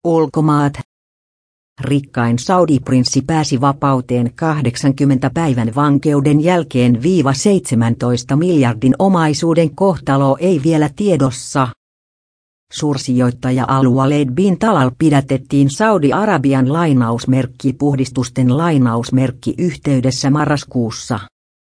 Ulkomaat. Rikkain Saudi-prinssi pääsi vapauteen 80 päivän vankeuden jälkeen. 17 miljardin omaisuuden kohtalo ei vielä tiedossa. Suursijoittaja Al-Waleed bin Talal pidätettiin Saudi-Arabian puhdistusten yhteydessä marraskuussa.